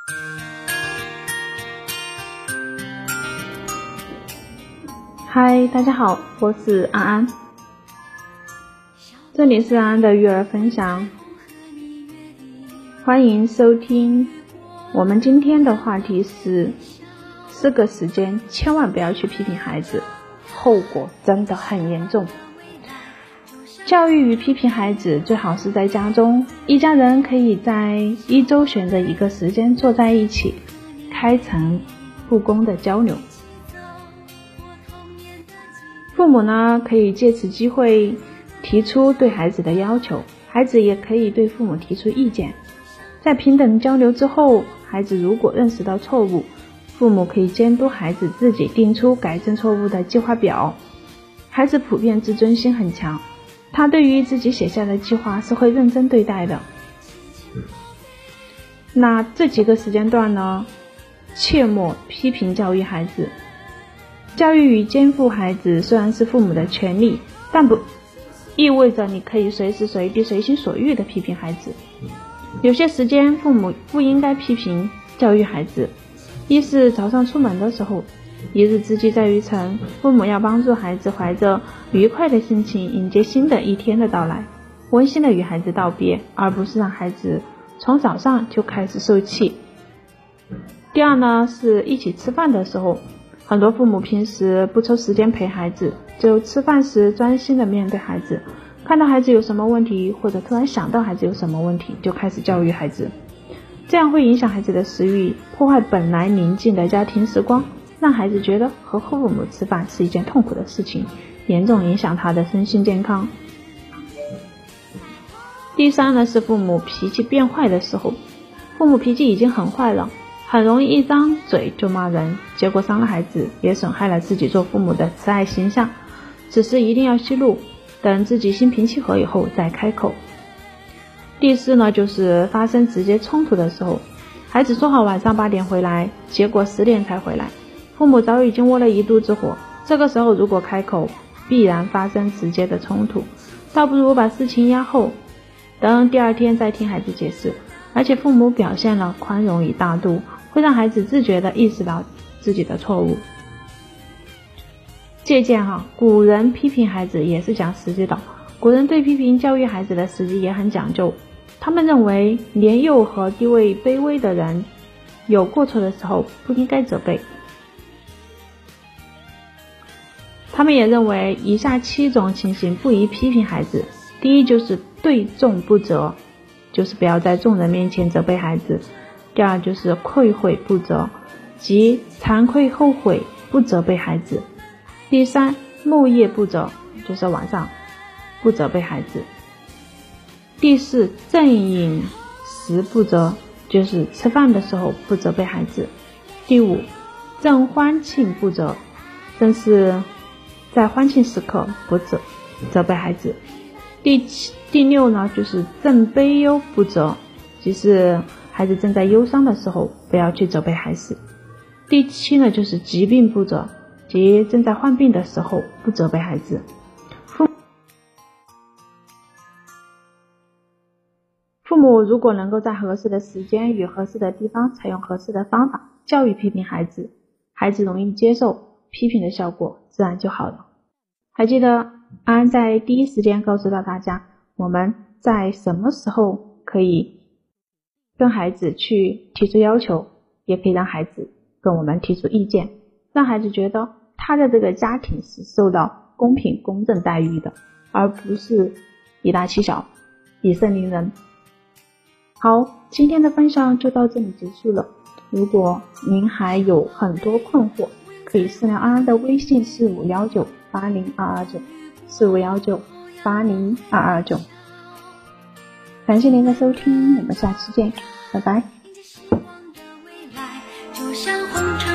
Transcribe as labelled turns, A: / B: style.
A: 嗨，大家好，我是安安，这里是安安的育儿分享，欢迎收听。我们今天的话题是4个时间千万不要去批评孩子，后果真的很严重。教育与批评孩子最好是在家中，一家人可以在一周选择一个时间坐在一起，开诚布公的交流。父母呢，可以借此机会提出对孩子的要求，孩子也可以对父母提出意见。在平等交流之后，孩子如果认识到错误，父母可以监督孩子自己定出改正错误的计划表。孩子普遍自尊心很强，他对于自己写下的计划是会认真对待的。那这几个时间段呢，切莫批评教育孩子。教育与监护孩子虽然是父母的权利，但不意味着你可以随时随地随心所欲地批评孩子。有些时间父母不应该批评教育孩子。一是早上出门的时候，一日之计在于晨，父母要帮助孩子怀着愉快的心情迎接新的一天的到来，温馨地与孩子道别，而不是让孩子从早上就开始受气。第二呢，是一起吃饭的时候，很多父母平时不抽时间陪孩子，只有吃饭时专心地面对孩子，看到孩子有什么问题，或者突然想到孩子有什么问题，就开始教育孩子，这样会影响孩子的食欲，破坏本来宁静的家庭时光，让孩子觉得和父母吃饭是一件痛苦的事情，严重影响他的身心健康。第三呢，是父母脾气变坏的时候，父母脾气已经很坏了，很容易一张嘴就骂人，结果伤了孩子，也损害了自己做父母的慈爱形象。此时一定要息怒，等自己心平气和以后再开口。第四呢，就是发生直接冲突的时候，孩子说好晚上8点回来，结果10点才回来，父母早已经窝了一肚子火，这个时候如果开口，必然发生直接的冲突，倒不如把事情压后，等第二天再听孩子解释。而且父母表现了宽容与大度，会让孩子自觉地意识到自己的错误。借鉴古人批评孩子也是讲时机的，古人对批评教育孩子的时机也很讲究，他们认为年幼和地位卑微的人有过错的时候不应该责备。他们也认为以下7种情形不宜批评孩子。第一，就是对众不责，就是不要在众人面前责备孩子。第二，就是愧悔不责，即惭愧后悔不责备孩子。第三，漏夜不责，就是晚上不责备孩子。第四，正饮食不责，就是吃饭的时候不责备孩子。第五，正欢庆不责，正是在欢庆时刻不责备孩子。第六呢，就是正悲忧不责，即是孩子正在忧伤的时候不要去责备孩子。第七呢，就是疾病不责，即正在患病的时候不责备孩子。父母如果能够在合适的时间与合适的地方采用合适的方法教育批评孩子，孩子容易接受，批评的效果自然就好了。还记得安安在第一时间告诉到大家，我们在什么时候可以跟孩子去提出要求，也可以让孩子跟我们提出意见，让孩子觉得他的这个家庭是受到公平公正待遇的，而不是以大欺小，以色凌人。好，今天的分享就到这里结束了。如果您还有很多困惑，可以私聊安安的微信451980229451980229。感谢您的收听，我们下期见，拜拜。
B: 就像红尘